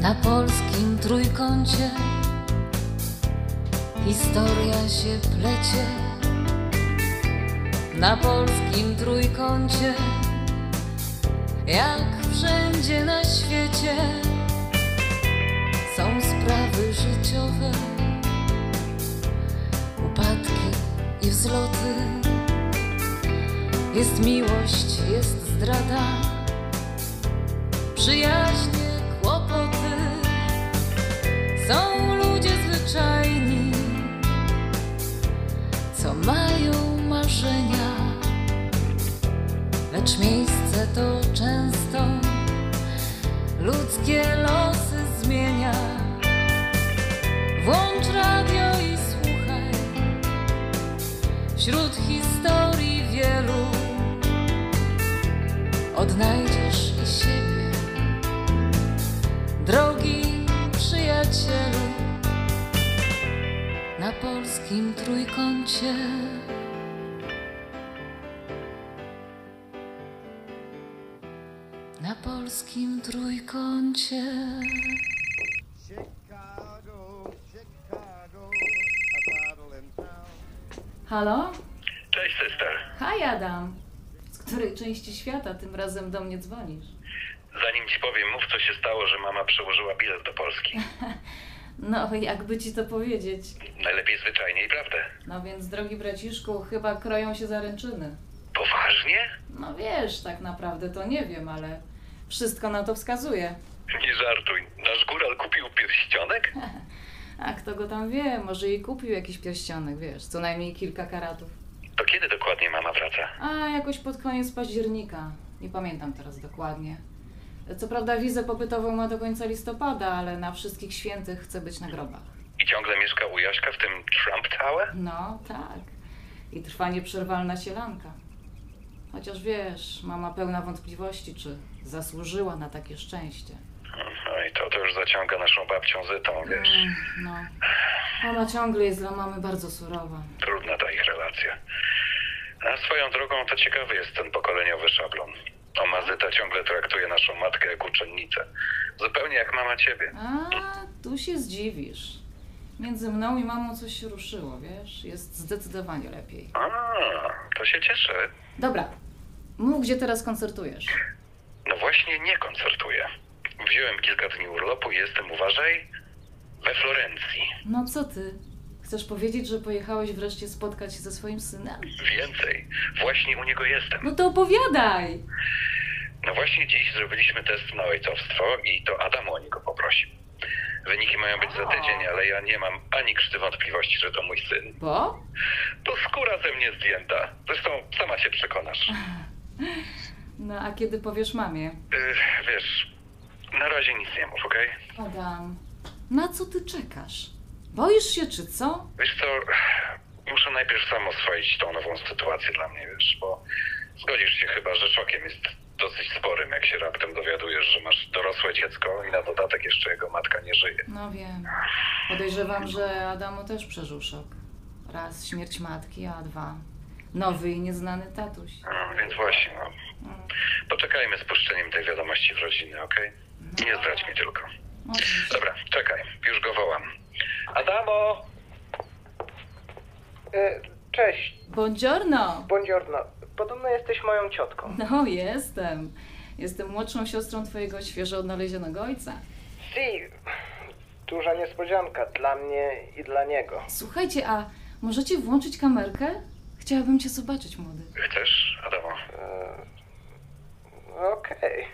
Na polskim trójkącie historia się plecie. Na polskim trójkącie, jak wszędzie na świecie, są sprawy życiowe, upadki i wzloty. Jest miłość, jest zdrada, przyjaźnie, kłopoty. Są ludzie zwyczajni, co mają marzenia, lecz miejsce to często ludzkie losy zmienia. Włącz radio i słuchaj, wśród historii wielu odnajdziesz i siebie, drogi przyjacielu. Na polskim trójkącie. Na polskim trójkącie. Halo? Cześć, sister. Hej, Adam. Z której części świata tym razem do mnie dzwonisz? Zanim ci powiem, mów, co się stało, że mama przełożyła bilet do Polski. No, jakby ci to powiedzieć. Najlepiej zwyczajnie i prawdę. No więc, drogi braciszku, chyba kroją się zaręczyny. Poważnie? No wiesz, tak naprawdę to nie wiem, ale wszystko na to wskazuje. Nie żartuj. Nasz góral kupił pierścionek? A kto go tam wie, może i kupił jakiś pierścionek, wiesz, co najmniej kilka karatów. To kiedy dokładnie mama wraca? A jakoś pod koniec października. Nie pamiętam teraz dokładnie. Co prawda wizę pobytową ma do końca listopada, ale na wszystkich świętych chce być na grobach. I ciągle mieszka u Jaśka w tym Trump Tower? No, tak. I trwa nieprzerwalna sielanka. Chociaż wiesz, mama pełna wątpliwości, czy zasłużyła na takie szczęście. No i to już zaciąga naszą babcią Zytą, wiesz. No. Ona ciągle jest dla mamy bardzo surowa. Trudna ta ich relacja. A swoją drogą to ciekawy jest ten pokoleniowy szablon. Oma Zyta ciągle traktuje naszą matkę jak uczennicę. Zupełnie jak mama ciebie. A, tu się zdziwisz. Między mną i mamą coś się ruszyło, wiesz? Jest zdecydowanie lepiej. A, to się cieszę. Dobra, mów, gdzie teraz koncertujesz. No właśnie nie koncertuję. Wziąłem kilka dni urlopu i jestem, uważaj, we Florencji. No co ty? Chcesz powiedzieć, że pojechałeś wreszcie spotkać się ze swoim synem? Więcej, właśnie u niego jestem. No to opowiadaj! No właśnie dziś zrobiliśmy test na ojcowstwo i to Adam o niego poprosił. Wyniki mają być za tydzień, ale ja nie mam ani krzty wątpliwości, że to mój syn. Bo? To skóra ze mnie zdjęta. Zresztą sama się przekonasz. No a kiedy powiesz mamie? Wiesz, na razie nic nie mów, okej? Adam, na co ty czekasz? Boisz się, czy co? Wiesz co, muszę najpierw sam oswoić tą nową sytuację dla mnie, wiesz, bo zgodzisz się chyba, że szokiem jest dosyć sporym, jak się raptem dowiadujesz, że masz dorosłe dziecko i na dodatek jeszcze jego matka nie żyje. No wiem. Podejrzewam, że Adamu też przeżył szok. Raz śmierć matki, a dwa nowy i nieznany tatuś. No, więc właśnie, no. Poczekajmy z puszczeniem tej wiadomości w rodziny, okej? Nie zdradź mi tylko. Oczywiście. Dobra, czekaj, już go wołam. Adamo! Cześć, Buongiorno! buongiorno. Podobno jesteś moją ciotką. No, jestem. Jestem młodszą siostrą twojego świeżo odnalezionego ojca. Si, duża niespodzianka dla mnie i dla niego. Słuchajcie, a możecie włączyć kamerkę? Chciałabym cię zobaczyć, młody. Chcesz, Adamo? Okej.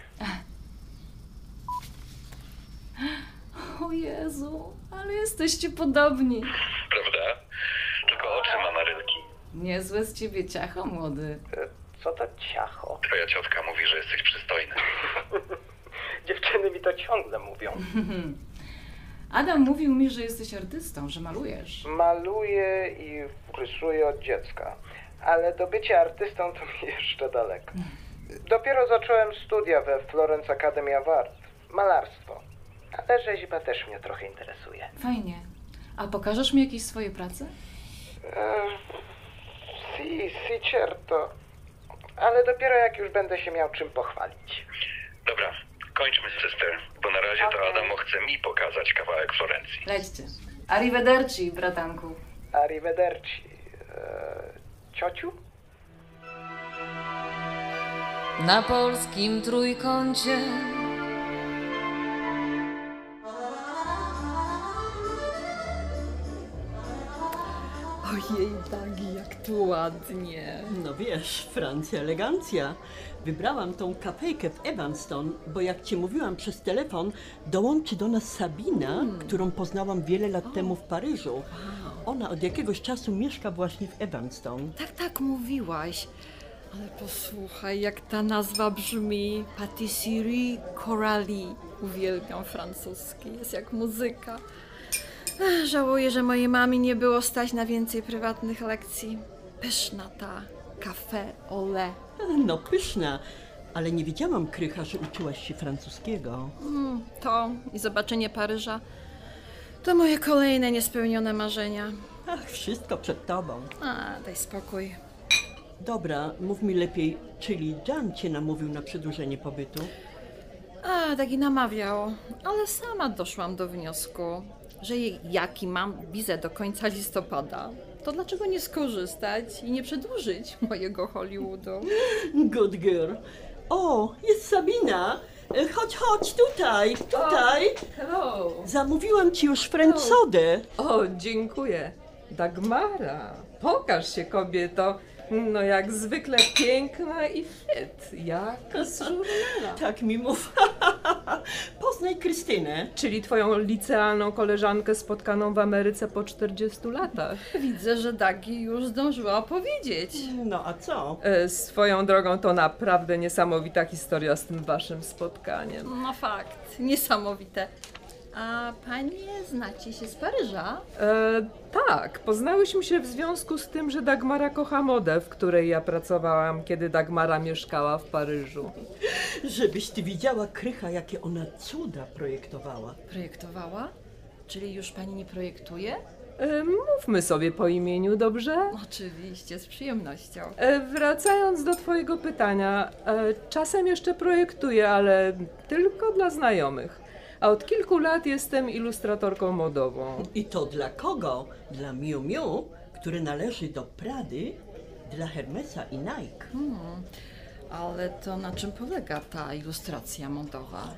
O Jezu, ale jesteście podobni. Prawda? Tylko oczy ma na rynki. Niezłe z ciebie ciacho, młody. Co to ciacho? Twoja ciotka mówi, że jesteś przystojny. Dziewczyny mi to ciągle mówią. Adam mówił mi, że jesteś artystą, że malujesz. Maluję i rysuję od dziecka, ale do bycia artystą to mi jeszcze daleko. Dopiero zacząłem studia we Florence Academy of Art. Malarstwo. Ale rzeźba też mnie trochę interesuje. Fajnie. A pokażesz mi jakieś swoje prace? Si, certo. Ale dopiero jak już będę się miał czym pochwalić. Dobra, kończmy, sister, bo na razie to Okej. Adam chce chce mi pokazać kawałek Florencji. Lećcie. Arrivederci, bratanku. Arrivederci. Ciociu? Na polskim trójkącie. Ojej, Dagi, jak tu ładnie. No wiesz, Francja, elegancja. Wybrałam tą kafejkę w Evanston, bo jak ci mówiłam przez telefon, dołączy do nas Sabina, którą poznałam wiele lat temu w Paryżu. Ona od jakiegoś czasu mieszka właśnie w Evanston. Tak, mówiłaś. Ale posłuchaj, jak ta nazwa brzmi. Patisserie Coralie. Uwielbiam francuski, jest jak muzyka. Żałuję, że mojej mamie nie było stać na więcej prywatnych lekcji. Pyszna ta café au lait. No pyszna, ale nie wiedziałam, Krycha, że uczyłaś się francuskiego. To i zobaczenie Paryża to moje kolejne niespełnione marzenia. Ach, wszystko przed tobą. Daj spokój. Dobra, mów mi lepiej, czyli Jan cię namówił na przedłużenie pobytu? Taki namawiał, ale sama doszłam do wniosku, że jaki mam wizę do końca listopada, to dlaczego nie skorzystać i nie przedłużyć mojego Hollywoodu? Good girl. O, jest Sabina. Chodź, tutaj. Hello! Zamówiłam ci już French sodę. O, dziękuję. Dagmara, pokaż się, kobieto. No jak zwykle piękna i fit, jak z żurnala. Tak mi mów. Poznaj Krystynę. Czyli twoją licealną koleżankę spotkaną w Ameryce po 40 latach. Widzę, że Dagi już zdążyła powiedzieć. No a co? Swoją drogą to naprawdę niesamowita historia z tym waszym spotkaniem. No fakt, niesamowite. A panie znacie się z Paryża? Tak, poznałyśmy się w związku z tym, że Dagmara kocha modę, w której ja pracowałam, kiedy Dagmara mieszkała w Paryżu. Żebyś ty widziała, Krycha, jakie ona cuda projektowała. Projektowała? Czyli już pani nie projektuje? Mówmy sobie po imieniu, dobrze? Oczywiście, z przyjemnością. Wracając do twojego pytania, czasem jeszcze projektuję, ale tylko dla znajomych. A od kilku lat jestem ilustratorką modową. I to dla kogo? Dla Miu Miu, który należy do Prady, dla Hermesa i Nike. Ale to na czym polega ta ilustracja modowa?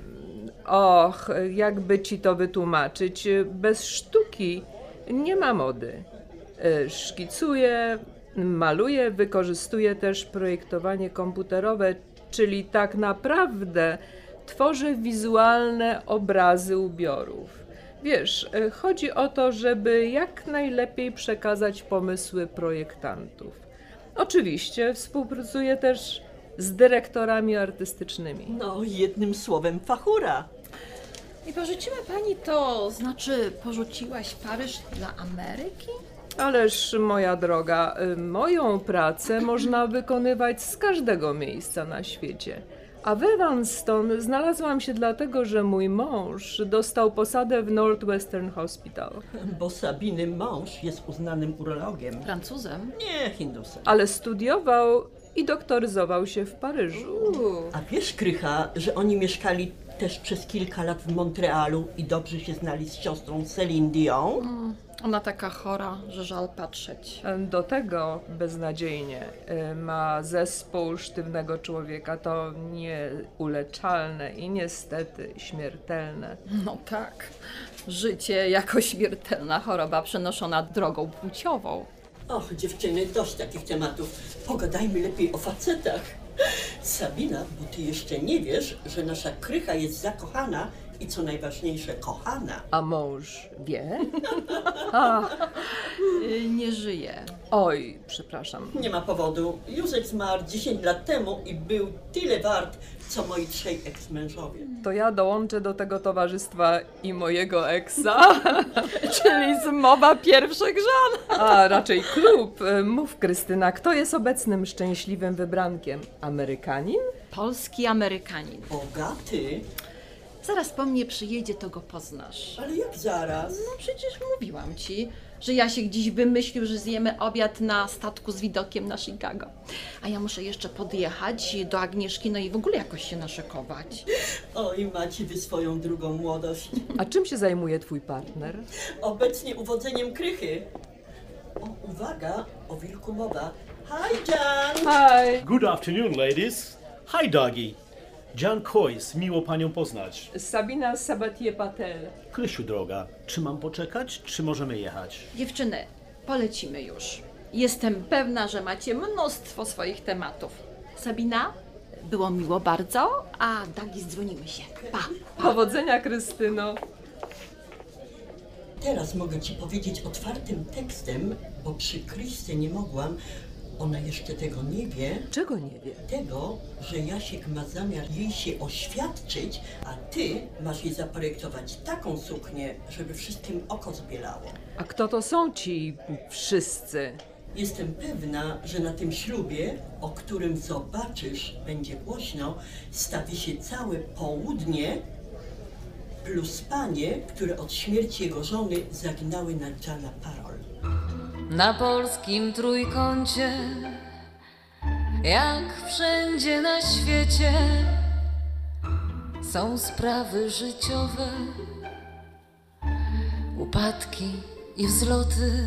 Och, jakby ci to wytłumaczyć, bez sztuki nie ma mody. Szkicuję, maluję, wykorzystuję też projektowanie komputerowe, czyli tak naprawdę tworzę wizualne obrazy ubiorów. Wiesz, chodzi o to, żeby jak najlepiej przekazać pomysły projektantów. Oczywiście współpracuję też z dyrektorami artystycznymi. No, jednym słowem fachura. I porzuciła pani to, znaczy porzuciłaś Paryż dla Ameryki? Ależ moja droga, moją pracę można wykonywać z każdego miejsca na świecie. A w Evanston znalazłam się dlatego, że mój mąż dostał posadę w Northwestern Hospital. Bo Sabiny mąż jest uznanym urologiem. Francuzem? Nie Hindusem. Ale studiował i doktoryzował się w Paryżu. A wiesz, Krycha, że oni mieszkali też przez kilka lat w Montrealu i dobrze się znali z siostrą Celine Dion? Ona taka chora, że żal patrzeć. Do tego beznadziejnie ma zespół sztywnego człowieka. To nieuleczalne i niestety śmiertelne. No tak, życie jako śmiertelna choroba przenoszona drogą płciową. Och, dziewczyny, dość takich tematów. Pogadajmy lepiej o facetach. Sabina, bo ty jeszcze nie wiesz, że nasza Krycha jest zakochana i co najważniejsze, kochana. A mąż wie? Nie żyje. Oj, przepraszam. Nie ma powodu. Józef zmarł 10 lat temu i był tyle wart, co moi 3 eks-mężowie. To ja dołączę do tego towarzystwa i mojego eksa. Czyli zmowa pierwszych żon. A raczej klub. Mów, Krystyna, kto jest obecnym szczęśliwym wybrankiem? Amerykanin? Polski Amerykanin. Bogaty? Zaraz po mnie przyjedzie, to go poznasz. Ale jak zaraz? No przecież mówiłam ci, że Jasiek dziś wymyślił, że zjemy obiad na statku z widokiem na Chicago. A ja muszę jeszcze podjechać do Agnieszki, no i w ogóle jakoś się naszykować. Oj, macie wy swoją drugą młodość. A czym się zajmuje twój partner? Obecnie uwodzeniem krychy. O, uwaga, o wilku mowa. Hi, Jan! Hi! Good afternoon, ladies. Hi, Doggy. Jan Kois, miło panią poznać. Sabina Sabatier-Patel. Krysiu, droga, czy mam poczekać, czy możemy jechać? Dziewczyny, polecimy już. Jestem pewna, że macie mnóstwo swoich tematów. Sabina, było miło bardzo, a Dagi dzwonimy się. Pa! Powodzenia, Krystyno. Teraz mogę ci powiedzieć otwartym tekstem, bo przy Krysce nie mogłam. Ona jeszcze tego nie wie. Czego nie wie? Tego, że Jasiek ma zamiar jej się oświadczyć, a ty masz jej zaprojektować taką suknię, żeby wszystkim oko zbielało. A kto to są ci wszyscy? Jestem pewna, że na tym ślubie, o którym zobaczysz, będzie głośno, stawi się całe południe plus panie, które od śmierci jego żony zagnały na Jana Parol. Na polskim trójkącie, jak wszędzie na świecie, są sprawy życiowe, upadki i wzloty.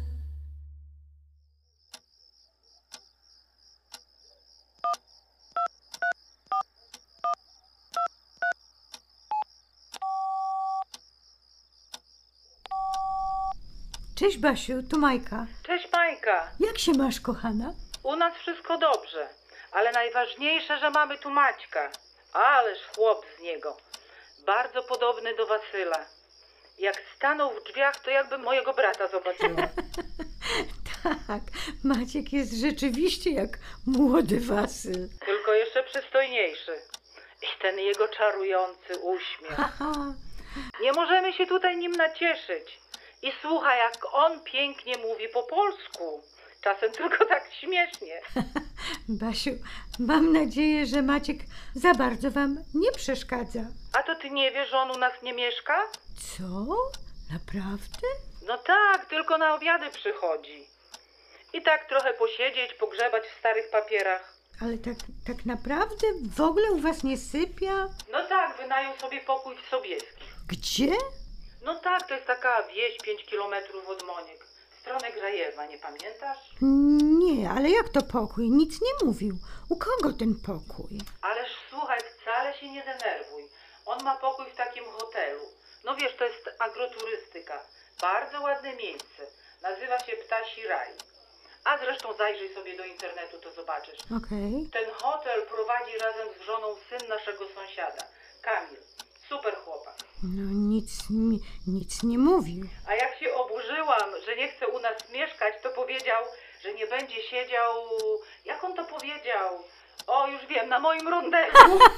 Cześć Basiu, tu Majka. Cześć Majka, Jak się masz, kochana? u nas wszystko dobrze, ale najważniejsze, że mamy tu Maćka. Ależ chłop z niego, bardzo podobny do Wasyla. Jak stanął w drzwiach, to jakbym mojego brata zobaczyła. Tak, Maciek jest rzeczywiście jak młody Wasyl. Tylko jeszcze przystojniejszy. I ten jego czarujący uśmiech. Haha, Nie możemy się tutaj nim nacieszyć. I słuchaj, jak on pięknie mówi po polsku. Czasem tylko tak śmiesznie. Basiu, mam nadzieję, że Maciek za bardzo wam nie przeszkadza. A to ty nie wiesz, że on u nas nie mieszka? Co? Naprawdę? No tak, tylko na obiady przychodzi. I tak trochę posiedzieć, pogrzebać w starych papierach. Ale tak naprawdę w ogóle u was nie sypia? No tak, wynajął sobie pokój w Sobieskich. Gdzie? No tak, to jest taka wieś 5 kilometrów od Moniek. W stronę Grajewa, nie pamiętasz? Nie, ale jak to pokój? Nic nie mówił. U kogo ten pokój? Ależ słuchaj, wcale się nie denerwuj. On ma pokój w takim hotelu. No wiesz, to jest agroturystyka. Bardzo ładne miejsce. Nazywa się Ptasi Raj. A zresztą zajrzyj sobie do internetu, to zobaczysz. Okej. Ten hotel prowadzi razem z żoną syn naszego sąsiada, Kamil. Super chłopak. No nic nie mówił. A jak się oburzyłam, że nie chce u nas mieszkać, to powiedział, że nie będzie siedział... Jak on to powiedział? O, już wiem, na moim rondelu.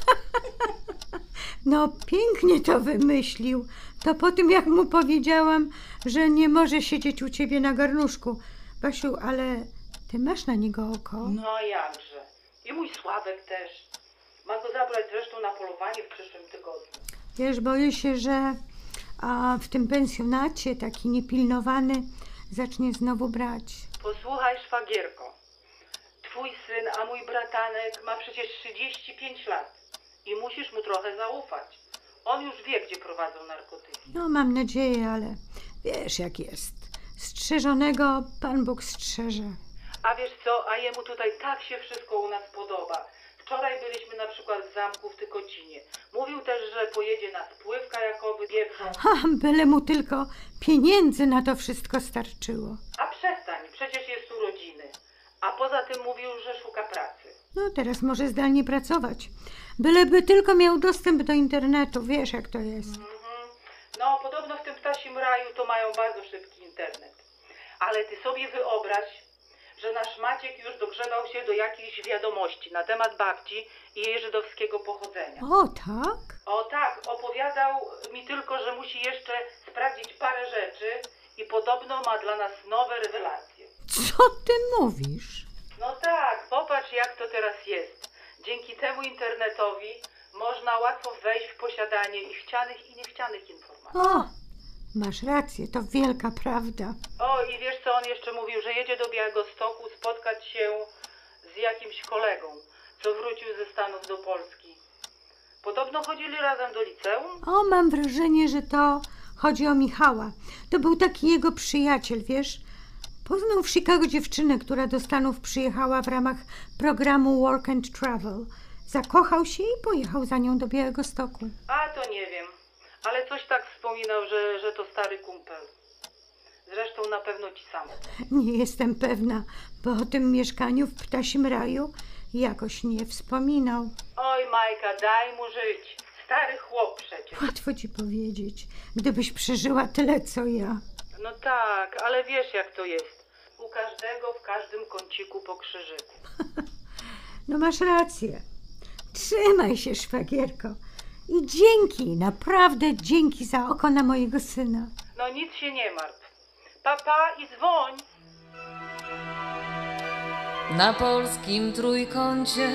No pięknie to wymyślił. To po tym, jak mu powiedziałam, że nie może siedzieć u ciebie na garnuszku. Basiu, ale ty masz na niego oko? No jakże. I mój Sławek też. Ma go zabrać zresztą na polowanie w przyszłym tygodniu. Wiesz, boję się, że w tym pensjonacie taki niepilnowany zacznie znowu brać. Posłuchaj, szwagierko. Twój syn, a mój bratanek ma przecież 35 lat. I musisz mu trochę zaufać. On już wie, gdzie prowadzą narkotyki. No mam nadzieję, ale wiesz jak jest. Strzeżonego Pan Bóg strzeże. A wiesz co, a jemu tutaj tak się wszystko u nas podoba. Wczoraj byliśmy na przykład w zamku w Tykocinie. Mówił też, że pojedzie na spływ kajakowy, wiedzą. Byle mu tylko pieniędzy na to wszystko starczyło. A przestań, przecież jest urodziny. A poza tym mówił, że szuka pracy. No teraz może zdalnie pracować. Byleby tylko miał dostęp do internetu, wiesz jak to jest. No, podobno w tym ptasim raju to mają bardzo szybki internet. Ale ty sobie wyobraź, że nasz Maciek już dogrzebał się do jakichś wiadomości na temat babci i jej żydowskiego pochodzenia. O tak? O tak, opowiadał mi tylko, że musi jeszcze sprawdzić parę rzeczy i podobno ma dla nas nowe rewelacje. Co ty mówisz? No tak, popatrz jak to teraz jest. Dzięki temu internetowi Można łatwo wejść w posiadanie i chcianych i niechcianych informacji. O, masz rację, to wielka prawda. O, i wiesz co on jeszcze mówił, że jedzie do Białegostoku spotkać się z jakimś kolegą, co wrócił ze Stanów do Polski. Podobno chodzili razem do liceum? O, mam wrażenie, że to chodzi o Michała. To był taki jego przyjaciel, wiesz? Poznał w Chicago dziewczynę, która do Stanów przyjechała w ramach programu Work and Travel. Zakochał się i pojechał za nią do Białegostoku. A to nie wiem, ale coś tak wspominał, że to stary kumpel. Zresztą na pewno ci sam. Nie jestem pewna, bo o tym mieszkaniu w Ptasim Raju jakoś nie wspominał. Oj, Majka, daj mu żyć. Stary chłop przecież. Łatwo ci powiedzieć, gdybyś przeżyła tyle, co ja. No tak, ale wiesz jak to jest. U każdego w każdym kąciku po krzyżyku. No masz rację. Trzymaj się, szwagierko. I dzięki, naprawdę dzięki za oko na mojego syna. No nic się nie martw. Papa i dzwoń. Na polskim trójkącie.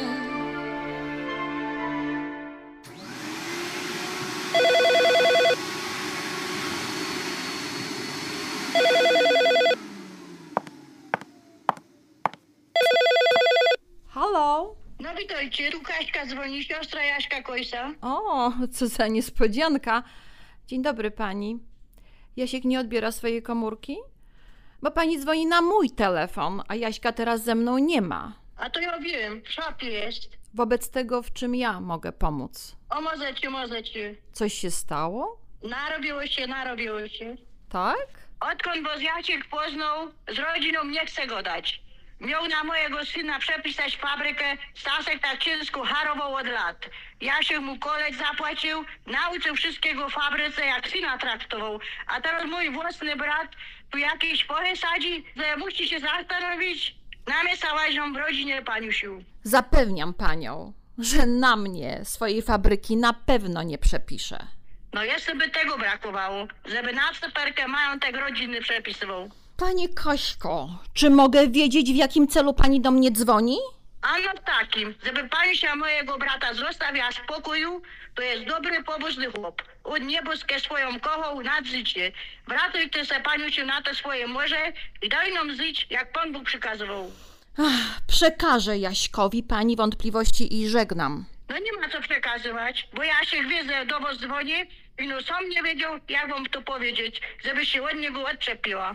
Halo? No witajcie, tu Kaśka dzwoni, siostra Jaśka Kojsa. O, co za niespodzianka. Dzień dobry pani. Jasiek nie odbiera swojej komórki? Bo pani dzwoni na mój telefon, a Jaśka teraz ze mną nie ma. A to ja wiem, w szafie jest. Wobec tego, w czym ja mogę pomóc? O, możecie. Coś się stało? Narobiło się. Tak? Odkąd was Jasiek poznał, z rodziną nie chce go dać. Miał na mojego syna przepisać fabrykę, Stasek tak ciężko harował od lat. Jasiek mu kolej zapłacił, nauczył wszystkiego w fabryce, jak syna traktował. A teraz mój własny brat tu jakieś pochy sadzi, że musi się zastanowić. Na mnie sałażą w rodzinie, paniusiu. Zapewniam panią, że na mnie swojej fabryki na pewno nie przepisze. No jeszcze by tego brakowało, żeby na cyferkę majątek rodziny przepisywał. Pani Kaśko, czy mogę wiedzieć, w jakim celu pani do mnie dzwoni? Ano w takim, żeby panusia mojego brata zostawiła w spokoju, to jest dobry, pobożny chłop. Od nieboskie swoją kochał nad życie. Wratuj ty se panusiu na to swoje morze i daj nam żyć, jak Pan Bóg przykazywał. Przekażę Jaśkowi pani wątpliwości i żegnam. No nie ma co przekazywać, bo ja się wiedzę, do was dzwonię i no sam nie wiedział, jak wam to powiedzieć, żeby się od niego odczepiła.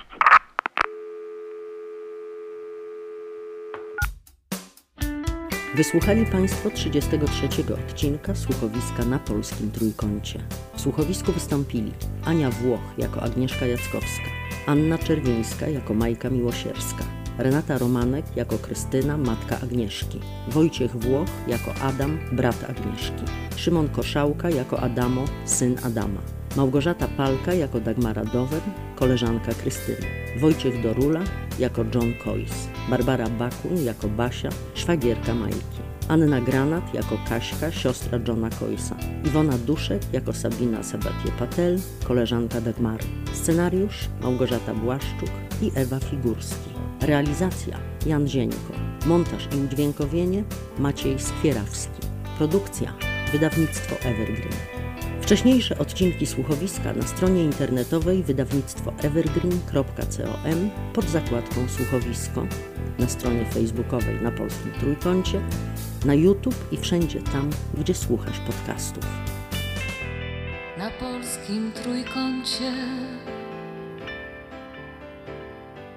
Wysłuchali Państwo 33 odcinka Słuchowiska na polskim trójkącie. W słuchowisku wystąpili Ania Włoch jako Agnieszka Jackowska, Anna Czerwińska jako Majka Miłosierska, Renata Romanek jako Krystyna, matka Agnieszki, Wojciech Włoch jako Adam, brat Agnieszki, Szymon Koszałka jako Adamo, syn Adama, Małgorzata Palka jako Dagmara Dowen, koleżanka Krystyny, Wojciech Dorula jako John Coyce, Barbara Bakun jako Basia, szwagierka Majki, Anna Granat jako Kaśka, siostra Johna Coyce'a, Iwona Duszek jako Sabina Sabatier-Patel, koleżanka Dagmary, scenariusz Małgorzata Błaszczuk i Ewa Figurski, realizacja Jan Zieńko, montaż i udźwiękowienie Maciej Skwierawski, produkcja wydawnictwo Evergreen. Wcześniejsze odcinki słuchowiska na stronie internetowej wydawnictwo evergreen.com pod zakładką Słuchowisko, na stronie facebookowej na polskim trójkącie, na YouTube i wszędzie tam, gdzie słuchasz podcastów. Na polskim trójkącie.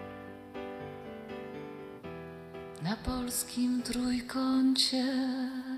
Na polskim trójkącie.